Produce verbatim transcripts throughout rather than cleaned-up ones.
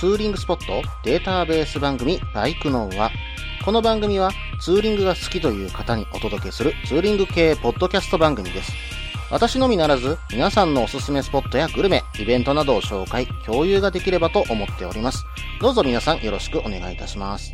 ツーリングスポットデータベース番組バイクノーは、この番組はツーリングが好きという方にお届けするツーリング系ポッドキャスト番組です。私のみならず皆さんのおすすめスポットやグルメ、イベントなどを紹介、共有ができればと思っております。どうぞ皆さんよろしくお願いいたします。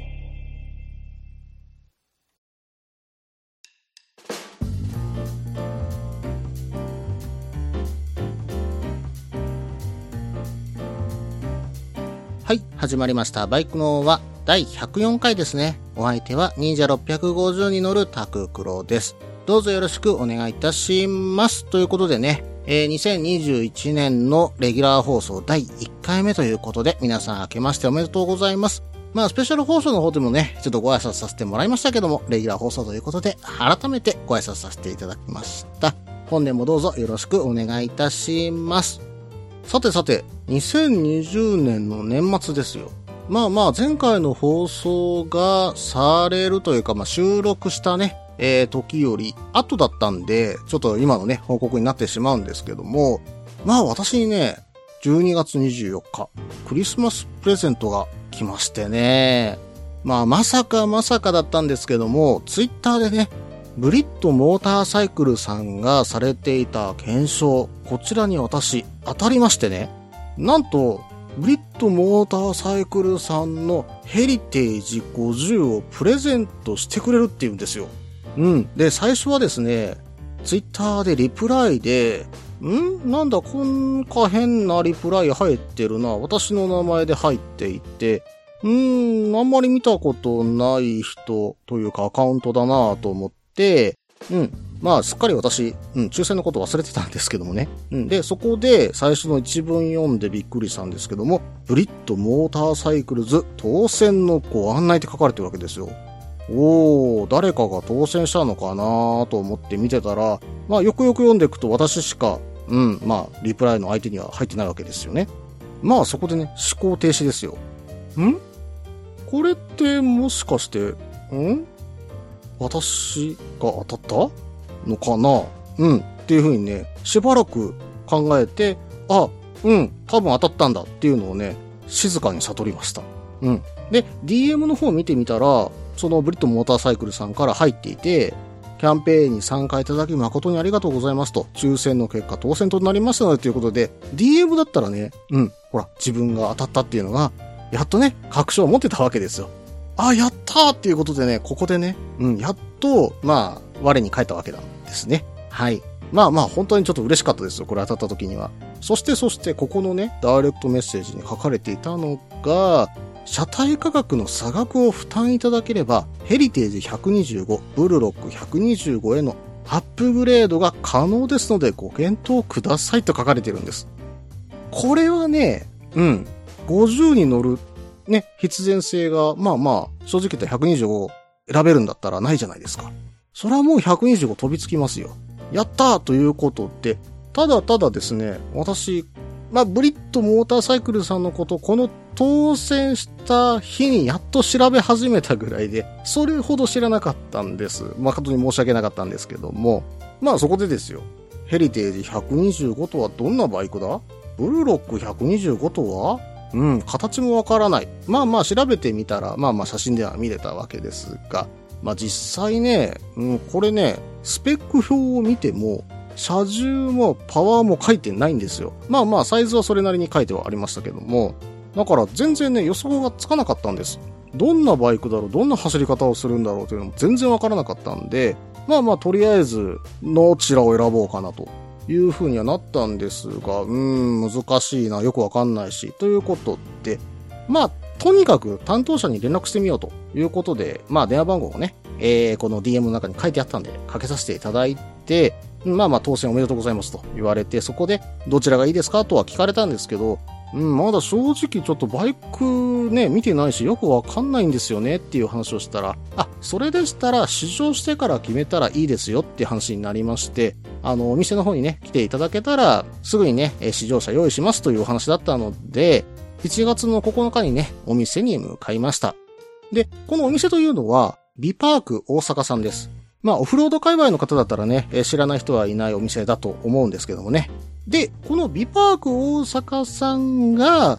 はい、始まりました。バイクノーはだいひゃくよんかいですね。お相手は忍者ろっぴゃくごじゅうに乗るタククロです。どうぞよろしくお願いいたします。ということでね、えー、にせんにじゅういちねんのレギュラー放送だいいっかいめということで、皆さん明けましておめでとうございます。まあスペシャル放送の方でもね、ちょっとご挨拶させてもらいましたけども、レギュラー放送ということで改めてご挨拶させていただきました。本年もどうぞよろしくお願いいたします。さてさて、にせんにじゅうねんの年末ですよ。まあまあ前回の放送がされるというか、まあ収録したね、えー、時より後だったんで、ちょっと今のね、報告になってしまうんですけども、まあ私にね、じゅうにがつにじゅうよっか、クリスマスプレゼントが来ましてね、まあまさかまさかだったんですけども、ツイッターでね、ブリットモーターサイクルさんがされていた検証、こちらに私当たりましてね、なんとブリットモーターサイクルさんのヘリテージごじゅうをプレゼントしてくれるっていうんですよ。うん。で、最初はですね、ツイッターでリプライで、んなんだこんか変なリプライ入ってるな。私の名前で入っていて、うーん、あんまり見たことない人というかアカウントだなと思って、うん。まあ、すっかり私、うん、抽選のこと忘れてたんですけどもね。うん。で、そこで最初の一文読んでびっくりしたんですけども、ブリットモーターサイクルズ当選のご案内って書かれてるわけですよ。おー、誰かが当選したのかなと思って見てたら、まあ、よくよく読んでいくと私しか、うん、まあ、リプライの相手には入ってないわけですよね。まあ、そこでね、思考停止ですよ。んこれってもしかして、ん私が当たったのかなうん。っていう風にね、しばらく考えて、あ、うん、多分当たったんだっていうのをね、静かに悟りました。うん。で、ディーエム の方を見てみたら、そのブリットモーターサイクルさんから入っていて、キャンペーンに参加いただき誠にありがとうございますと、抽選の結果当選となりましたのでということで、ディーエム だったらね、うん、ほら、自分が当たったっていうのが、やっとね、確証を持ってたわけですよ。あ、やったーっていうことでね、ここでね、うん、やっと、まあ、我に返ったわけなんですね。はい。まあまあ、本当にちょっと嬉しかったですよ、これ当たった時には。そしてそして、ここのね、ダイレクトメッセージに書かれていたのが、車体価格の差額を負担いただければ、ヘリテージひゃくにじゅうご、ブルロックひゃくにじゅうごへのアップグレードが可能ですのでご検討くださいと書かれているんです。これはね、うん、ごじゅうに乗るね、必然性が、まあまあ、正直言ったらひゃくにじゅうご選べるんだったらないじゃないですか。それはもうひゃくにじゅうご飛びつきますよ。やったーということで、ただただですね、私、まあ、ブリットモーターサイクルさんのこと、この当選した日にやっと調べ始めたぐらいで、それほど知らなかったんです。誠に申し訳なかったんですけども、まあそこでですよ。ヘリテージひゃくにじゅうごとはどんなバイクだ？ブルロックひゃくにじゅうごとはうん、形もわからない。まあまあ調べてみたら、まあまあ写真では見れたわけですが、まあ実際ね、うん、これね、スペック表を見ても、車重もパワーも書いてないんですよ。まあまあサイズはそれなりに書いてはありましたけども、だから全然ね、予想がつかなかったんです。どんなバイクだろう、どんな走り方をするんだろうというのも全然わからなかったんで、まあまあとりあえず、どちらを選ぼうかなと。いう風にはなったんですが、うーん、難しいな、よくわかんないし、ということで、まあ、とにかく担当者に連絡してみようということで、まあ、電話番号をね、えー、この ディーエム の中に書いてあったんで、かけさせていただいて、まあまあ、当選おめでとうございますと言われて、そこで、どちらがいいですかとは聞かれたんですけど、うん、まだ正直ちょっとバイクね、見てないし、よくわかんないんですよねっていう話をしたら、あ、それでしたら試乗してから決めたらいいですよっていう話になりまして、あの、お店の方にね、来ていただけたら、すぐにね、試乗車用意しますというお話だったので、いちがつのここのかにね、お店に向かいました。で、このお店というのは、ビパーク大阪さんです。まあ、オフロード界隈の方だったらね、知らない人はいないお店だと思うんですけどもね。で、このビパーク大阪さんが、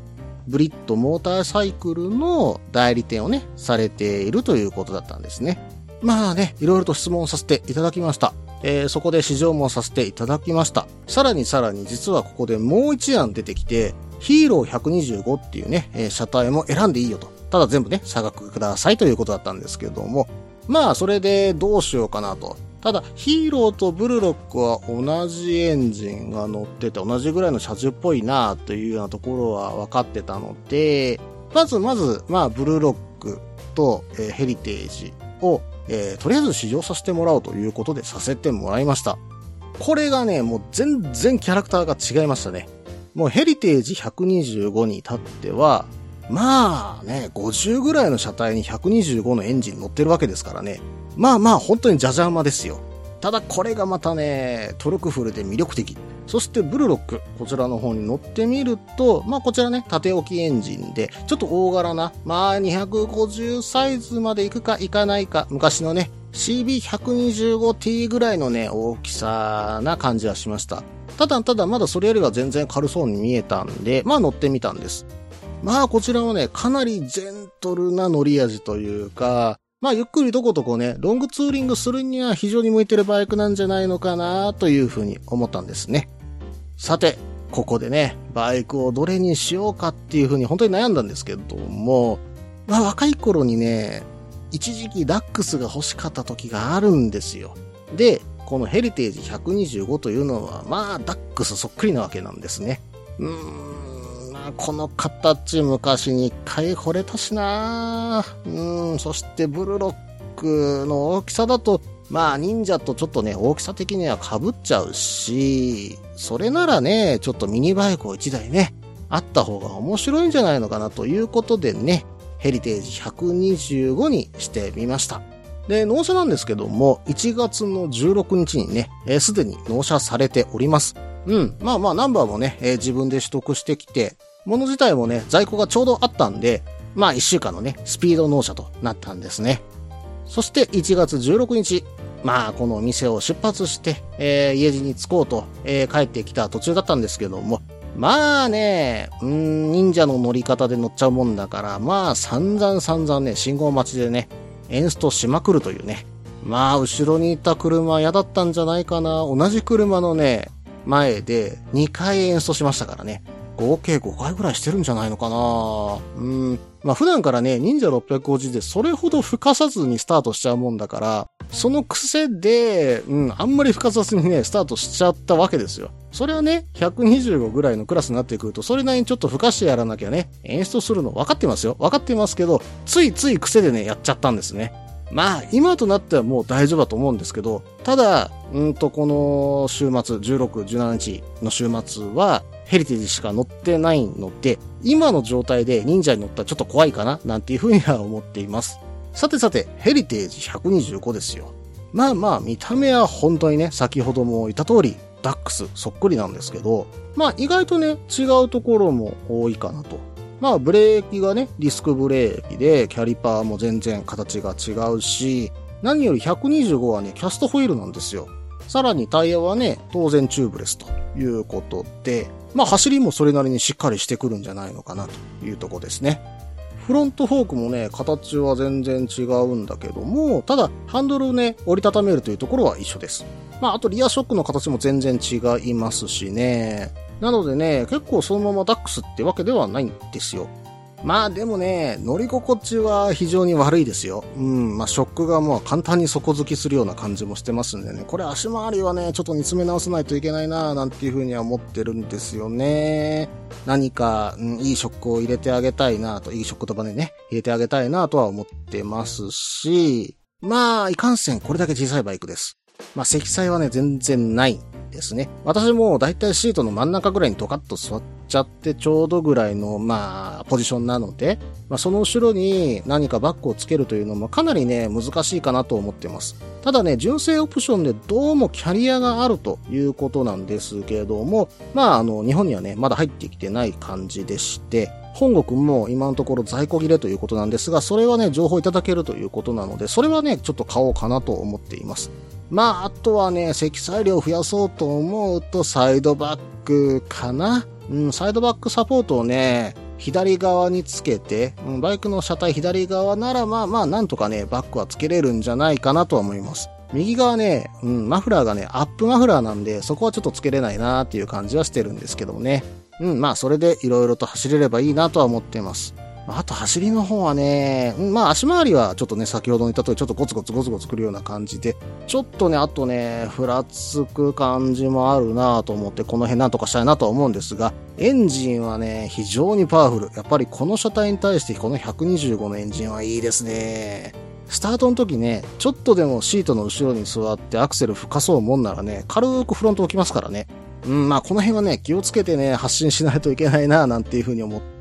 ブリッドモーターサイクルの代理店をね、されているということだったんですね。まあね、いろいろと質問させていただきました。えー、そこで試乗もさせていただきました。さらにさらに実はここでもう一案出てきて、ヒーローひゃくにじゅうごっていうね、えー、車体も選んでいいよと。ただ全部ね、差額くださいということだったんですけども、まあそれでどうしようかなと。ただヒーローとブルロックは同じエンジンが乗ってて同じぐらいの車重っぽいなというようなところは分かってたので、まずまずまあブルロックと、えー、ヘリテージを、えー、とりあえず試乗させてもらおうということでさせてもらいました。これがね、もう全然キャラクターが違いましたね。もうヘリテージひゃくにじゅうごに至っては、まあね、ごじゅうぐらいの車体にひゃくにじゅうごのエンジン乗ってるわけですからね。まあまあ本当にジャジャ馬ですよ。ただこれがまたね、トルクフルで魅力的。そしてブルロック、こちらの方に乗ってみると、まあこちらね、縦置きエンジンで、ちょっと大柄な、まあにひゃくごじゅうサイズまで行くか行かないか、昔のね、シービーひゃくにじゅうごティー ぐらいのね、大きさな感じはしました。ただただまだそれよりは全然軽そうに見えたんで、まあ乗ってみたんです。まあこちらもね、かなりジェントルな乗り味というか、まあゆっくりどことこね、ロングツーリングするには非常に向いてるバイクなんじゃないのかなというふうに思ったんですね。さて、ここでね、バイクをどれにしようかっていうふうに本当に悩んだんですけども、まあ若い頃にね、一時期ダックスが欲しかった時があるんですよ。で、このヘリテージひゃくにじゅうごというのは、まあダックスそっくりなわけなんですね。うーん、まあこの形昔に一回惚れたしなうーん、そしてブルロックの大きさだと、まあ忍者とちょっとね、大きさ的には被っちゃうし、それならね、ちょっとミニバイクを一台ね、あった方が面白いんじゃないのかなということでね、ヘリテージひゃくにじゅうごにしてみました。で、納車なんですけども、いちがつのじゅうろくにちにね、すでに納車されております。うん。まあまあ、ナンバーもね、えー、自分で取得してきて、物自体もね、在庫がちょうどあったんで、まあいっしゅうかんのね、スピード納車となったんですね。そしていちがつじゅうろくにち、まあこのお店を出発して、えー、家路に着こうと、えー、帰ってきた途中だったんですけども、まあね、うーん、忍者の乗り方で乗っちゃうもんだから、まあ散々散々ね、信号待ちでね、エンストしまくるというね。まあ後ろにいた車嫌だったんじゃないかな。同じ車のね、前でにかいエンストしましたからね。合計ごかいぐらいしてるんじゃないのかな。うん。まあ普段からね、忍者ろっぴゃくごじでそれほど吹かさずにスタートしちゃうもんだから、その癖で、うん、あんまり吹かさずにね、スタートしちゃったわけですよ。それはね、ひゃくにじゅうごぐらいのクラスになってくると、それなりにちょっと吹かしてやらなきゃね、演出するの分かってますよ。分かってますけど、ついつい癖でね、やっちゃったんですね。まあ、今となってはもう大丈夫だと思うんですけど、ただ、うんと、この週末、じゅうろく、じゅうしちにちの週末は、ヘリテージしか乗ってないので、今の状態で忍者に乗ったらちょっと怖いかな、なんていうふうには思っています。さてさて、ヘリテージひゃくにじゅうごですよ。まあまあ、見た目は本当にね、先ほども言った通り、ダックスそっくりなんですけど、まあ意外とね、違うところも多いかなと。まあブレーキがね、ディスクブレーキで、キャリパーも全然形が違うし、何よりひゃくにじゅうごはね、キャストホイールなんですよ。さらにタイヤはね、当然チューブレスということで、まあ走りもそれなりにしっかりしてくるんじゃないのかなというところですね。フロントフォークもね、形は全然違うんだけども、ただハンドルをね、折りたためるというところは一緒です。まああとリアショックの形も全然違いますしね。なのでね、結構そのままダックスってわけではないんですよ。まあでもね、乗り心地は非常に悪いですよ。うん、まあショックがもう簡単に底付きするような感じもしてますんでね、これ足回りはね、ちょっと煮詰め直さないといけないなぁなんていう風には思ってるんですよね。何か、うん、いいショックを入れてあげたいなと、いいショックとバネね、入れてあげたいなとは思ってますし、まあいかんせんこれだけ小さいバイクです。まあ積載はね、全然ないですね。私もだいたいシートの真ん中ぐらいにドカッと座っちゃってちょうどぐらいのまあポジションなので、まあその後ろに何かバッグをつけるというのもかなりね難しいかなと思っています。ただね、純正オプションでどうもキャリアがあるということなんですけども、まああの日本にはねまだ入ってきてない感じでして、本国も今のところ在庫切れということなんですが、それはね情報いただけるということなので、それはねちょっと買おうかなと思っています。まあ、あとはね、積載量を増やそうと思うと、サイドバックかな。うん、サイドバックサポートをね、 左側につけて、うん、バイクの車体左側ならまあまあなんとかね、バックはつけれるんじゃないかなとは思います。右側ね、うん、マフラーがね、アップマフラーなんで、そこはちょっとつけれないなーっていう感じはしてるんですけどもね。うん、まあそれで色々と走れればいいなとは思っています。あと走りの方はね、うん、まあ足回りはちょっとね、先ほど言った通りちょっとゴツゴツゴツゴツくるような感じで、ちょっとね、あとね、ふらつく感じもあるなと思って、この辺なんとかしたいなとは思うんですが、エンジンはね、非常にパワフル。やっぱりこの車体に対してこのひゃくにじゅうごのエンジンはいいですね。スタートの時ね、ちょっとでもシートの後ろに座ってアクセル吹かそうもんならね、軽くフロント置きますからね。うん、まあこの辺はね、気をつけてね、発進しないといけないななんていうふうに思って、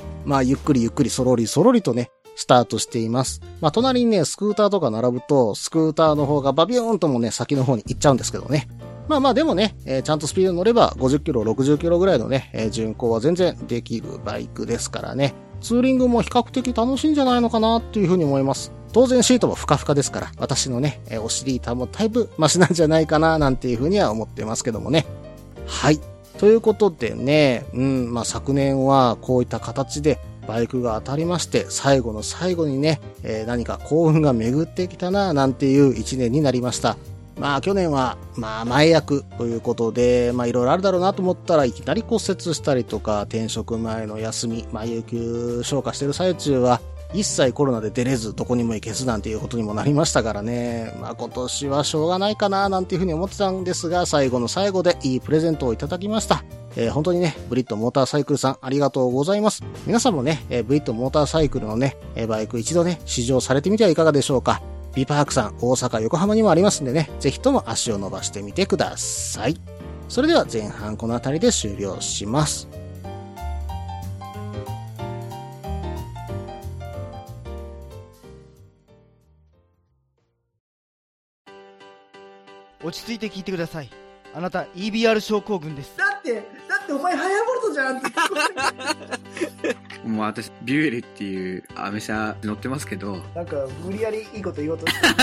まあゆっくりゆっくりそろりそろりとね、スタートしています。まあ隣にね、スクーターとか並ぶと、スクーターの方がバビューンともね、先の方に行っちゃうんですけどね。まあまあでもね、えー、ちゃんとスピードに乗ればごじゅっキロ、ろくじゅっキロぐらいのね、えー、巡航は全然できるバイクですからね。ツーリングも比較的楽しいんじゃないのかなっていうふうに思います。当然シートもふかふかですから、私のね、えー、お尻板もだいぶマシなんじゃないかななんていうふうには思ってますけどもね。はい。ということでね、うん、まあ昨年はこういった形でバイクが当たりまして、最後の最後にね、えー、何か幸運が巡ってきたななんていう一年になりました。まあ去年は、まあ前役ということで、まあいろいろあるだろうなと思ったらいきなり骨折したりとか、転職前の休み、まあ有給消化してる最中は、一切コロナで出れずどこにも行けずなんていうことにもなりましたからね。まあ今年はしょうがないかななんていうふうに思ってたんですが、最後の最後でいいプレゼントをいただきました。えー、本当にね、ブリットモーターサイクルさんありがとうございます。皆さんもね、えー、ブリットモーターサイクルのね、えー、バイク一度ね、試乗されてみてはいかがでしょうか。ビパークさん、大阪、横浜にもありますんでね、ぜひとも足を伸ばしてみてください。それでは前半この辺りで終了します。 落ち着いて聞いてください。あなた イービーアール 症候群です。 だってだってお前ハヤボルトじゃんってもう私ビュエルっていうアメ車乗ってますけど、 なんか無理やりいいこと言おうとして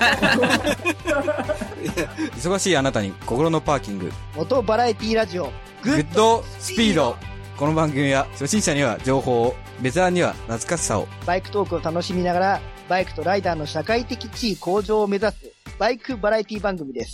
忙しいあなたに心のパーキング、 元バラエティラジオグッドスピード。この番組は初心者には情報を、ベテランには懐かしさを、 バイクトークを楽しみながらバイクとライダーの社会的地位向上を目指すバイクバラエティ番組です。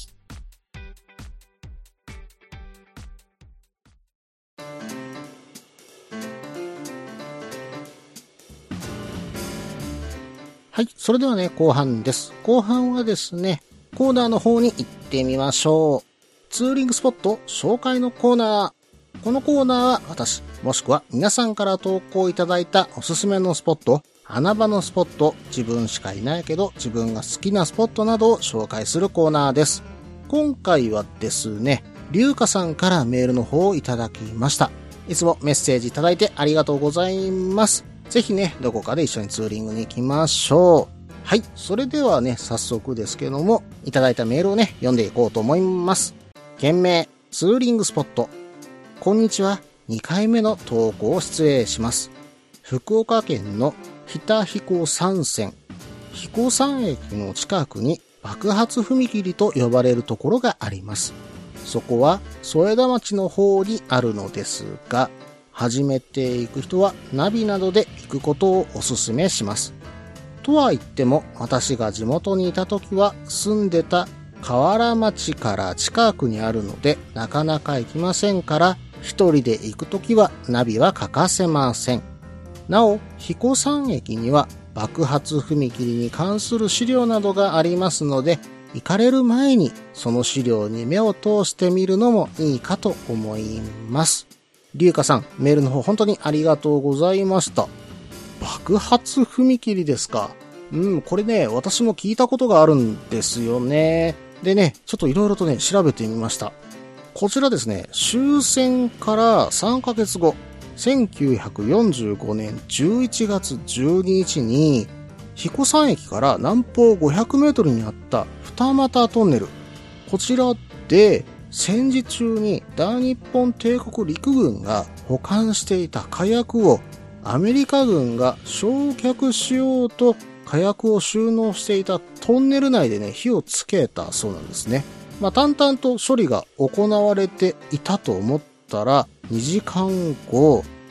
はい。それではね、後半です。後半はですね、コーナーの方に行ってみましょう。ツーリングスポット紹介のコーナー。このコーナーは私、もしくは皆さんから投稿いただいたおすすめのスポット、穴場のスポット、自分しかいないけど自分が好きなスポットなどを紹介するコーナーです。今回はですね、りゅうかさんからメールの方をいただきました。いつもメッセージいただいてありがとうございます。ぜひね、どこかで一緒にツーリングに行きましょう。はい。それではね、早速ですけども、いただいたメールをね、読んでいこうと思います。件名、ツーリングスポット。こんにちは。にかいめの投稿を失礼します。福岡県の北彦山線。彦山駅の近くに爆発踏切と呼ばれるところがあります。そこは添田町の方にあるのですが、初めて行く人はナビなどで行くことをお勧めします。とは言っても、私が地元にいた時は住んでた河原町から近くにあるのでなかなか行きませんから、一人で行く時はナビは欠かせません。なお、彦山駅には爆発踏切に関する資料などがありますので、行かれる前にその資料に目を通してみるのもいいかと思います。りゅうかさん、メールの方本当にありがとうございました。爆発踏切ですか。うん、これね、私も聞いたことがあるんですよね。でね、ちょっといろいろとね、調べてみました。こちらですね、終戦からさんかげつご、せんきゅうひゃくよんじゅうごねんじゅういちがつじゅうににちに、彦山駅から南方ごひゃくメートルにあった二俣トンネル。こちらで、戦時中に大日本帝国陸軍が保管していた火薬をアメリカ軍が焼却しようと火薬を収納していたトンネル内でね、火をつけたそうなんですね。まあ、淡々と処理が行われていたと思ったら、にじかんご、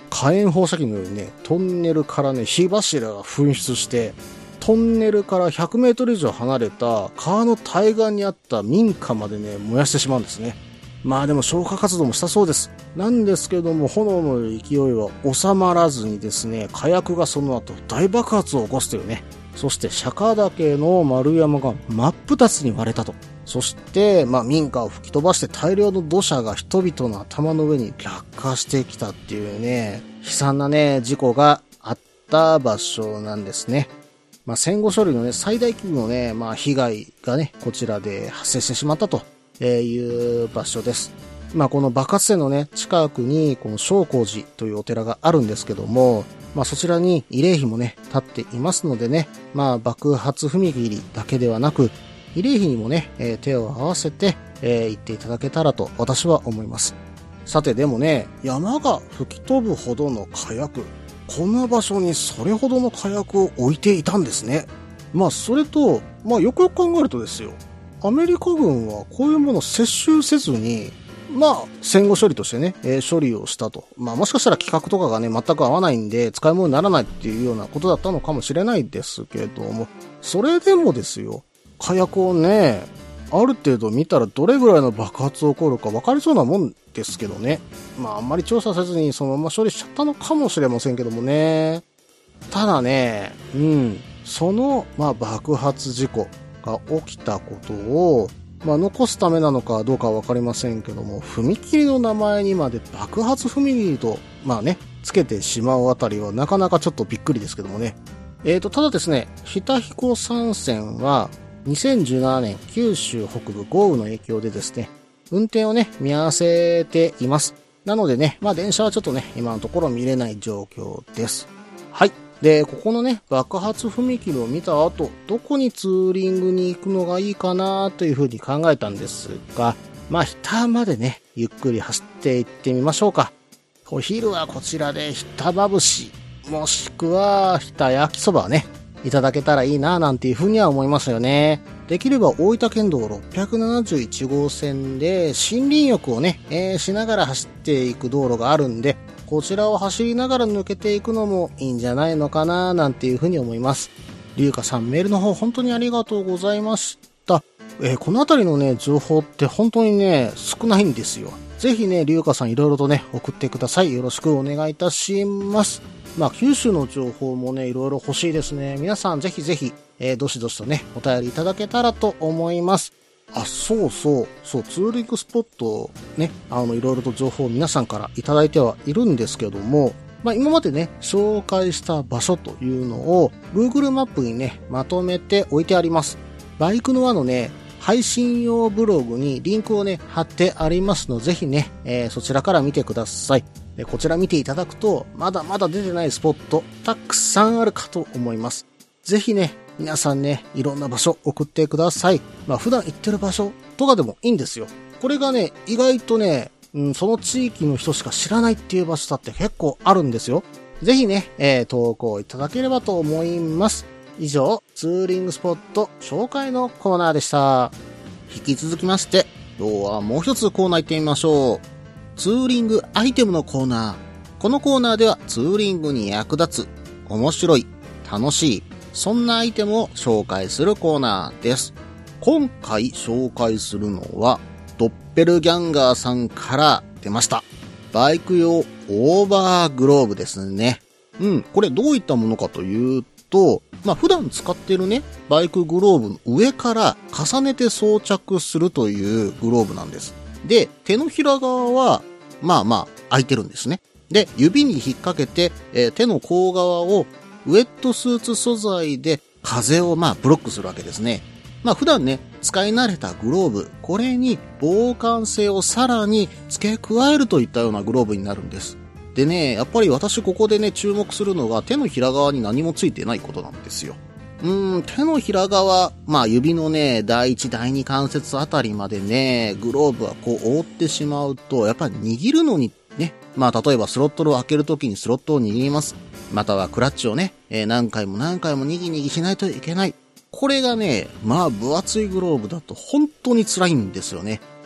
火炎放射器のようにね、トンネルからね、火柱が噴出して、トンネルからひゃくメートル以上離れた川の対岸にあった民家までね、燃やしてしまうんですね。まあでも消火活動もしたそうです。なんですけども、炎の勢いは収まらずにですね、火薬がその後大爆発を起こすというね。そして釈迦岳の丸山が真っ二つに割れたと。そして、まあ民家を吹き飛ばして大量の土砂が人々の頭の上に落下してきたっていうね、悲惨なね、事故があった場所なんですね。まあ戦後処理のね、最大規模のね、まあ被害がね、こちらで発生してしまったという場所です。まあこの爆発点のね、近くにこの正光寺というお寺があるんですけども、まあそちらに慰霊碑もね、立っていますのでね、まあ爆発踏切だけではなく、慰霊碑にもね、えー、手を合わせて、えー、行っていただけたらと私は思います。さてでもね、山が吹き飛ぶほどの火薬、こんな場所にそれほどの火薬を置いていたんですね。まあそれと、まあよくよく考えるとですよ、アメリカ軍はこういうものを接収せずに、まあ戦後処理としてね、えー、処理をしたと。まあもしかしたら規格とかがね、全く合わないんで使い物にならないっていうようなことだったのかもしれないですけども、それでもですよ、火薬をね、ある程度見たらどれぐらいの爆発起こるか分かりそうなもんですけどね。まああんまり調査せずにそのまま処理しちゃったのかもしれませんけどもね。ただね、うん、その、まあ爆発事故が起きたことを、まあ残すためなのかどうかは分かりませんけども、踏切の名前にまで爆発踏切と、まあね、つけてしまうあたりはなかなかちょっとびっくりですけどもね。えーと、ただですね、日田彦山線は、にせんじゅうななねん九州北部豪雨の影響でですね、運転をね、見合わせています。なのでね、まあ電車はちょっとね、今のところ見れない状況です。はい。で、ここのね、爆発踏切を見た後、どこにツーリングに行くのがいいかなというふうに考えたんですが、まあ、日田までね、ゆっくり走って行ってみましょうか。お昼はこちらで日田まぶし、もしくは日田焼きそばね、いただけたらいいななんていうふうには思いますよね。できれば大分県道ろっぴゃくななじゅういちごうせんで森林浴をね、えー、しながら走っていく道路があるんで、こちらを走りながら抜けていくのもいいんじゃないのかななんていうふうに思います。りゅうかさんメールの方本当にありがとうございました。えー、このあたりのね、情報って本当にね、少ないんですよ。ぜひね、りゅうかさんいろいろとね、送ってください。よろしくお願いいたします。まあ、九州の情報もね、いろいろ欲しいですね。皆さんぜひぜひ、えー、どしどしとね、お便りいただけたらと思います。あ、そうそう、そう、ツーリングスポット、ね、あの、いろいろと情報を皆さんからいただいてはいるんですけども、まあ、今までね、紹介した場所というのを、Google マップにね、まとめて置いてあります。バイクの輪のね、配信用ブログにリンクをね、貼ってありますので、ぜひね、えー、そちらから見てください。で、こちら見ていただくと、まだまだ出てないスポット、たくさんあるかと思います。ぜひね、皆さんね、いろんな場所送ってください。まあ普段行ってる場所とかでもいいんですよ。これがね、意外とね、うん、その地域の人しか知らないっていう場所だって結構あるんですよ。ぜひね、えー、投稿いただければと思います。以上、ツーリングスポット紹介のコーナーでした。引き続きまして、今日はもう一つコーナー行ってみましょう。ツーリングアイテムのコーナー。このコーナーではツーリングに役立つ、面白い、楽しい、そんなアイテムを紹介するコーナーです。今回紹介するのは、ドッペルギャンガーさんから出ました。バイク用オーバーグローブですね。うん、これどういったものかというと、まあ普段使っているね、バイクグローブの上から重ねて装着するというグローブなんです。で、手のひら側は、まあまあ開いてるんですね。で、指に引っ掛けて、えー、手の甲側をウェットスーツ素材で風をまあブロックするわけですね。まあ普段ね、使い慣れたグローブ、これに防寒性をさらに付け加えるといったようなグローブになるんです。でね、やっぱり私ここでね、注目するのが手のひら側に何もついてないことなんですよ。うーん、手のひら側、まあ指のね、第一、第二関節あたりまでね、グローブはこう覆ってしまうと、やっぱり握るのにね、まあ例えばスロットルを開けるときにスロットを握ります。またはクラッチをね、えー、何回も何回もにぎにぎしないといけない。これがね、まあ分厚いグローブだと本当に辛いんですよね。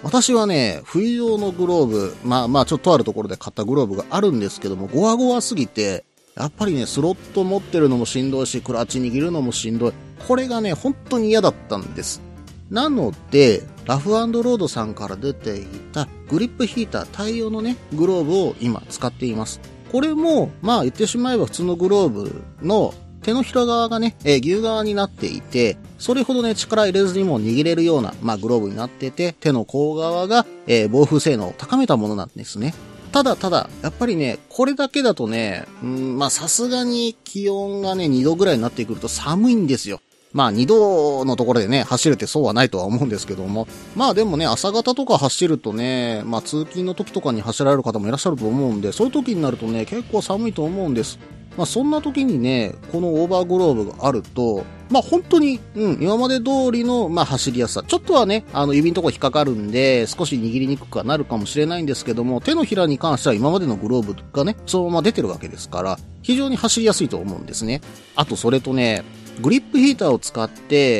私はね、冬用のグローブ、まあまあちょっとあるところで買ったグローブがあるんですけども、ゴワゴワすぎて、やっぱりね、スロット持ってるのもしんどいし、クラッチ握るのもしんどい。これがね、本当に嫌だったんです。なので、ラフ&ロードさんから出ていたグリップヒーター対応のね、グローブを今使っています。これも、まあ言ってしまえば普通のグローブの手のひら側がね、えー、牛側になっていて、それほどね、力入れずにも握れるような、まあグローブになってて、手の甲側が、えー、防風性能を高めたものなんですね。ただただ、やっぱりね、これだけだとね、うん、まあさすがに気温がね、にどぐらいになってくると寒いんですよ。まあにどのところでね、走るってそうはないとは思うんですけども。まあでもね、朝方とか走るとね、まあ通勤の時とかに走られる方もいらっしゃると思うんで、そういう時になるとね、結構寒いと思うんです。まあそんな時にね、このオーバーグローブがあると、まあ本当に、うん、今まで通りの、まあ走りやすさ。ちょっとはね、あの指のとこ引っかかるんで、少し握りにくくはなるかもしれないんですけども、手のひらに関しては今までのグローブがね、そのまま出てるわけですから、非常に走りやすいと思うんですね。あとそれとね、グリップヒーターを使って、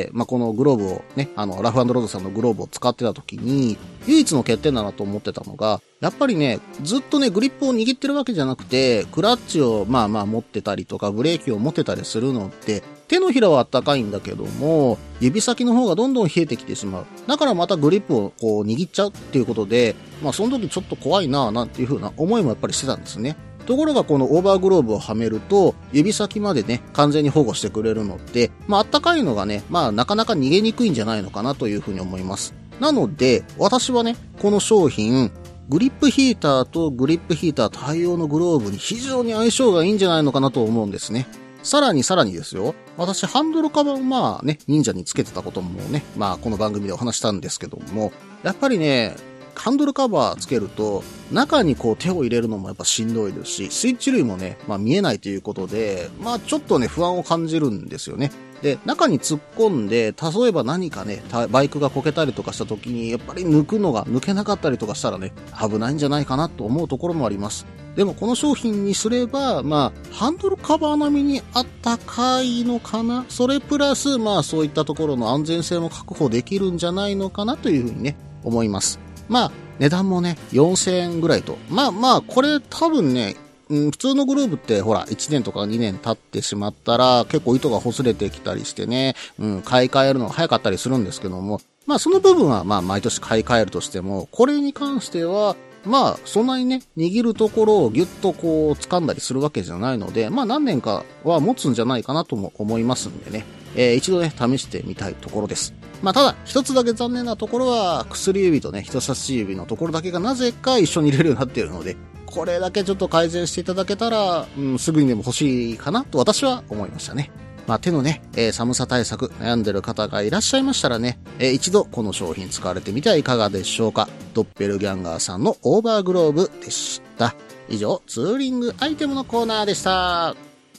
まあ、このグローブをね、あの、ラフ&ロードさんのグローブを使ってた時に、唯一の欠点だなと思ってたのが、やっぱりね、ずっとね、グリップを握ってるわけじゃなくて、クラッチをまあまあ持ってたりとか、ブレーキを持ってたりするのって、手のひらはあったかいんだけども、指先の方がどんどん冷えてきてしまう。だからまたグリップをこう握っちゃうっていうことで、まあその時ちょっと怖いなぁなんていう風な思いもやっぱりしてたんですね。ところがこのオーバーグローブをはめると、指先までね、完全に保護してくれるので、まああったかいのがね、まあなかなか逃げにくいんじゃないのかなというふうに思います。なので、私はね、この商品、グリップヒーターとグリップヒーター対応のグローブに非常に相性がいいんじゃないのかなと思うんですね。さらにさらにですよ。私、ハンドルカバーをまあね、忍者につけてたこともね、まあこの番組でお話したんですけども、やっぱりね、ハンドルカバーつけると、中にこう手を入れるのもやっぱしんどいですし、スイッチ類もね、まあ見えないということで、まあちょっとね、不安を感じるんですよね。で、中に突っ込んで、例えば何かね、バイクがこけたりとかした時に、やっぱり抜くのが抜けなかったりとかしたらね、危ないんじゃないかなと思うところもあります。でもこの商品にすれば、まあ、ハンドルカバー並みにあったかいのかな？それプラス、まあそういったところの安全性も確保できるんじゃないのかなというふうにね、思います。まあ、値段もね、よんせんえんぐらいと。まあまあ、これ多分ね、うん、普通のグローブってほら、いちねんとかにねん経ってしまったら、結構糸が擦れてきたりしてね、うん、買い替えるのが早かったりするんですけども、まあその部分はまあ毎年買い替えるとしても、これに関しては、まあ、そんなにね、握るところをギュッとこう、掴んだりするわけじゃないので、まあ何年かは持つんじゃないかなとも思いますんでね、えー、一度ね、試してみたいところです。まあただ、一つだけ残念なところは、薬指とね、人差し指のところだけがなぜか一緒に入れるようになっているので、これだけちょっと改善していただけたら、うん、すぐにでも欲しいかなと私は思いましたね。まあ手のね、えー、寒さ対策悩んでる方がいらっしゃいましたらね、えー、一度この商品使われてみてはいかがでしょうか。ドッペルギャンガーさんのオーバーグローブでした。以上、ツーリングアイテムのコーナーでした。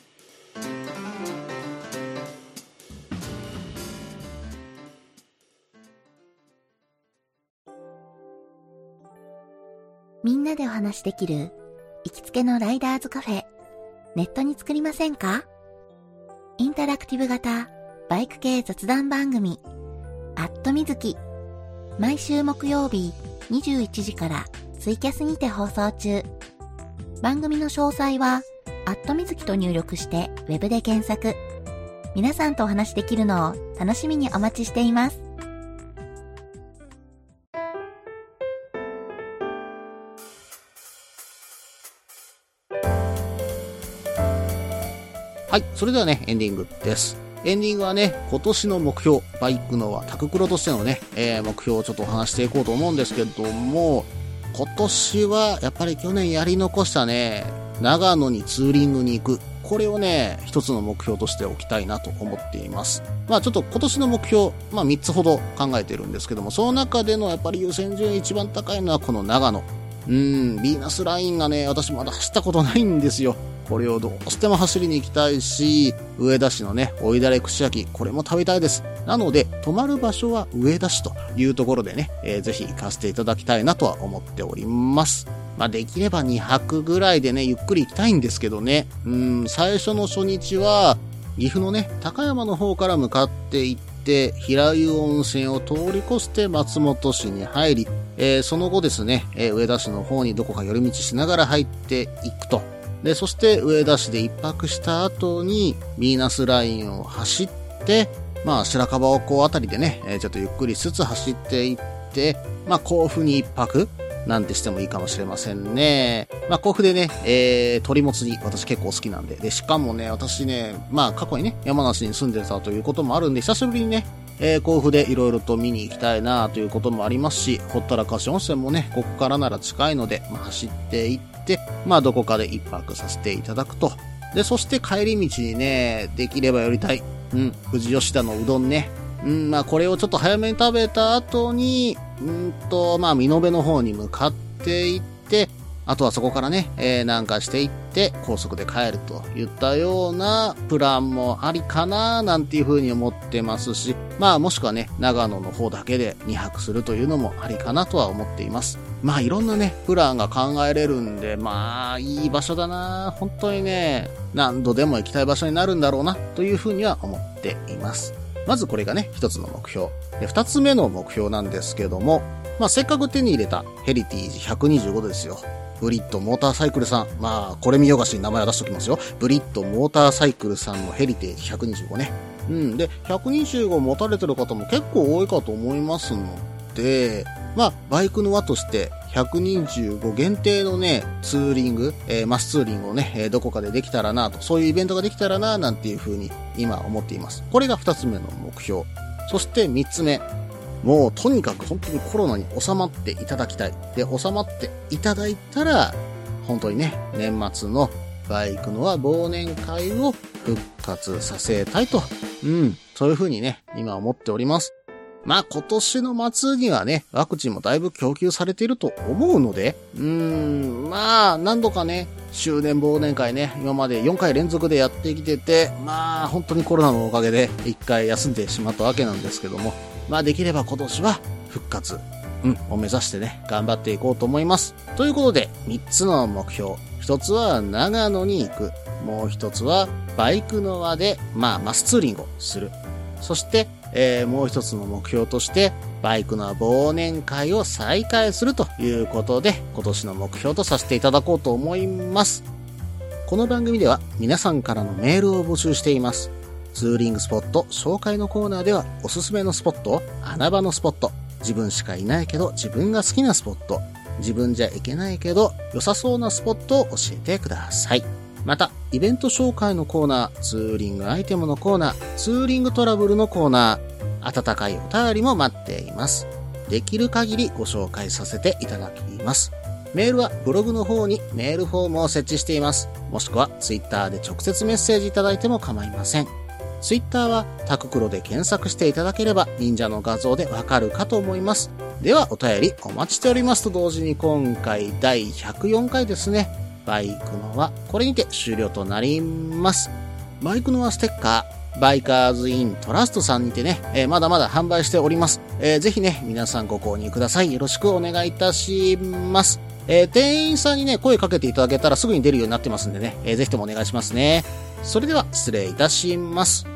みんなでお話しできる行きつけのライダーズカフェ、ネットに作りませんか？インタラクティブ型バイク系雑談番組、アットみずき。毎週木曜日にじゅういちじからツイキャスにて放送中。番組の詳細は、アットみずきと入力してウェブで検索。皆さんとお話しできるのを楽しみにお待ちしています。 はい、それではね、エンディングです。エンディングはね、今年の目標、バイクのはタククロとしてのね、えー、目標をちょっとお話していこうと思うんですけども、今年はやっぱり去年やり残したね、長野にツーリングに行く。これをね、一つの目標としておきたいなと思っています。まあちょっと今年の目標、まあみっつほど考えてるんですけども、その中でのやっぱり優先順位一番高いのはこの長野。うーん、ビーナスラインがね、私まだ走ったことないんですよ。これをどうしても走りに行きたいし、上田市のね、追いだれ串焼き、これも食べたいです。なので、泊まる場所は上田市というところでね、えー、ぜひ行かせていただきたいなとは思っております。まあ、できればにはくぐらいでね、ゆっくり行きたいんですけどね。うーん、最初の初日は、岐阜のね、高山の方から向かって行って、平湯温泉を通り越して松本市に入り、えー、その後ですね、えー、上田市の方にどこか寄り道しながら入っていくと。で、そして上田市で一泊した後に、ヴィーナスラインを走って、まあ、白樺湖あたりでね、えー、ちょっとゆっくりしつつ走っていって、まあ、甲府に一泊なんてしてもいいかもしれませんね。まあ、甲府でね、えー、鳥もつ煮、私結構好きなんで。で、しかもね、私ね、まあ、過去にね、山梨に住んでたということもあるんで、久しぶりにね、えー、甲府でいろいろと見に行きたいなということもありますし、ほったらかし温泉もね、ここからなら近いので、まあ、走っていって、まあ、どこかで一泊させていただくと。で、そして帰り道にね、できれば寄りたい。うん、富士吉田のうどんね。うん、まあ、これをちょっと早めに食べた後に、うんと、まあ、美濃部の方に向かっていって、あとはそこからね、えー、なんかしていって、高速で帰るといったようなプランもありかななんていう風に思ってますし、まあもしくはね、長野の方だけでにはくするというのもありかなとは思っています。まあいろんなね、プランが考えれるんで、まあいい場所だな本当にね、何度でも行きたい場所になるんだろうなという風には思っています。まずこれがね、一つの目標。で、二つ目の目標なんですけども、まあせっかく手に入れたヘリテージひゃくにじゅうごですよ。ブリッドモーターサイクルさん。まあ、これ見よがしに名前を出しておきますよ。ブリッドモーターサイクルさんのヘリテージひゃくにじゅうごね。うん。で、ひゃくにじゅうご持たれてる方も結構多いかと思いますので、まあ、バイクの輪としてひゃくにじゅうご限定のね、ツーリング、えー、マスツーリングをね、えー、どこかでできたらなと、そういうイベントができたらななんていう風に今思っています。これが二つ目の目標。そして三つ目。もうとにかく本当にコロナに収まっていただきたい。で、収まっていただいたら、本当にね、年末のバイクの輪忘年会を復活させたいと。うん、そういう風にね、今思っております。まあ今年の末にはね、ワクチンもだいぶ供給されていると思うので、うーん、まあ何度かね、周年忘年会ね、今までよんかい連続でやってきてて、まあ本当にコロナのおかげでいっかい休んでしまったわけなんですけども、まあできれば今年は復活、うん、を目指してね、頑張っていこうと思います。ということで、みっつの目標。ひとつは長野に行く。もうひとつはバイクの輪で、まあマスツーリングをする。そして、えー、もう一つの目標として、バイクの忘年会を再開するということで、今年の目標とさせていただこうと思います。この番組では皆さんからのメールを募集しています。ツーリングスポット紹介のコーナーでは、おすすめのスポット、穴場のスポット、自分しかいないけど自分が好きなスポット、自分じゃいけないけど良さそうなスポットを教えてください。また、イベント紹介のコーナー、ツーリングアイテムのコーナー、ツーリングトラブルのコーナー、温かいお便りも待っています。できる限りご紹介させていただきます。メールはブログの方にメールフォームを設置しています。もしくはツイッターで直接メッセージいただいても構いません。ツイッターはタククロで検索していただければ忍者の画像でわかるかと思います。ではお便りお待ちしておりますと同時に今回だいひゃくよんかいですね。バイクの輪、これにて終了となります。バイクの輪ステッカー、バイカーズイントラストさんにてね、えー、まだまだ販売しております。えー、ぜひね、皆さんご購入ください。よろしくお願いいたします。えー、店員さんにね、声かけていただけたらすぐに出るようになってますんでね、えー、ぜひともお願いしますね。それでは失礼いたします。